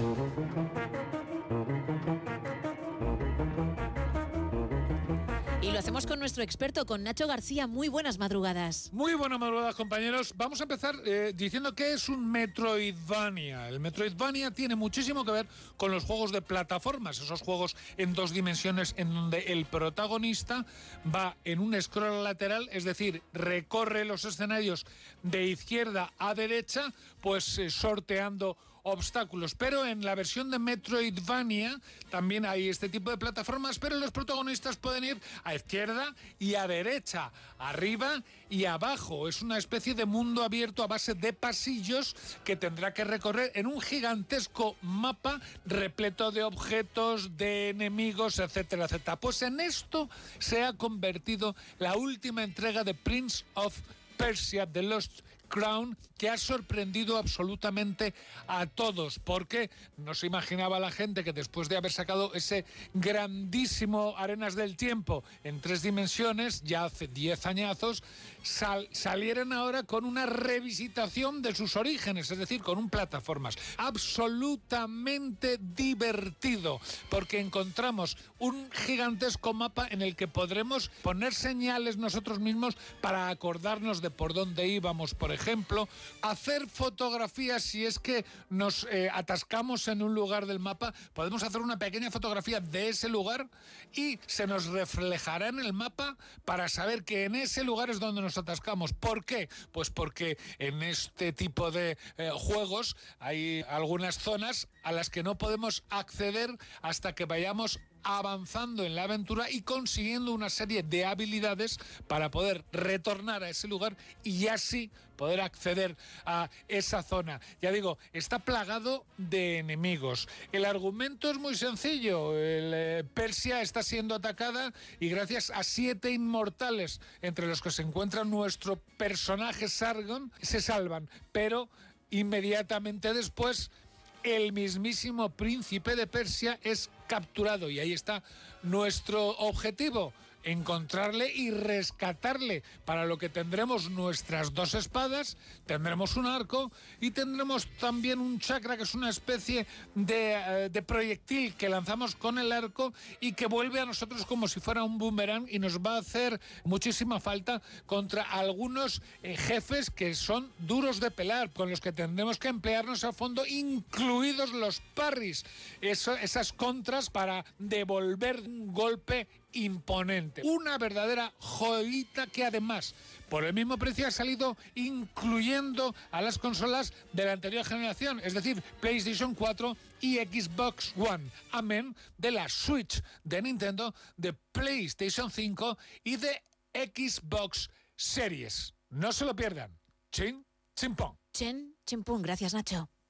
Y lo hacemos con nuestro experto, con Nacho García. Muy buenas madrugadas. Muy buenas madrugadas, compañeros. Vamos a empezar diciendo que es un Metroidvania. El Metroidvania tiene muchísimo que ver con los juegos de plataformas, esos juegos en 2 dimensiones en donde el protagonista va en un scroll lateral, es decir, recorre los escenarios de izquierda a derecha, pues sorteando obstáculos. Pero en la versión de Metroidvania también hay este tipo de plataformas, pero los protagonistas pueden ir a izquierda y a derecha, arriba y abajo. Es una especie de mundo abierto a base de pasillos que tendrá que recorrer en un gigantesco mapa repleto de objetos, de enemigos, etcétera, etcétera. Pues en esto se ha convertido la última entrega de Prince of Persia: The Lost Crown, que ha sorprendido absolutamente a todos, porque no se imaginaba la gente que después de haber sacado ese grandísimo Arenas del Tiempo en 3 dimensiones, ya hace 10 añazos, salieran ahora con una revisitación de sus orígenes, es decir, con un plataformas absolutamente divertido, porque encontramos un gigantesco mapa en el que podremos poner señales nosotros mismos para acordarnos de por dónde íbamos, por ejemplo, hacer fotografías. Si es que nos atascamos en un lugar del mapa, podemos hacer una pequeña fotografía de ese lugar y se nos reflejará en el mapa para saber que en ese lugar es donde nos atascamos. ¿Por qué? Pues porque en este tipo de juegos hay algunas zonas a las que no podemos acceder hasta que vayamos avanzando en la aventura y consiguiendo una serie de habilidades para poder retornar a ese lugar y así poder acceder a esa zona. Ya digo, está plagado de enemigos. El argumento es muy sencillo. Persia está siendo atacada y gracias a 7 inmortales, entre los que se encuentra nuestro personaje Sargon, se salvan. Pero inmediatamente después, el mismísimo príncipe de Persia es capturado y ahí está nuestro objetivo: encontrarle y rescatarle, para lo que tendremos nuestras 2 espadas, tendremos un arco y tendremos también un chakra, que es una especie de proyectil que lanzamos con el arco y que vuelve a nosotros como si fuera un boomerang y nos va a hacer muchísima falta contra algunos jefes que son duros de pelar, con los que tendremos que emplearnos a fondo, incluidos los parries, esas contras para devolver un golpe imponente. Una verdadera joyita que además, por el mismo precio, ha salido incluyendo a las consolas de la anterior generación, es decir, PlayStation 4 y Xbox One, amén de la Switch de Nintendo, de PlayStation 5 y de Xbox Series. No se lo pierdan. Chin, chimpón. Chen, chimpún. Gracias, Nacho.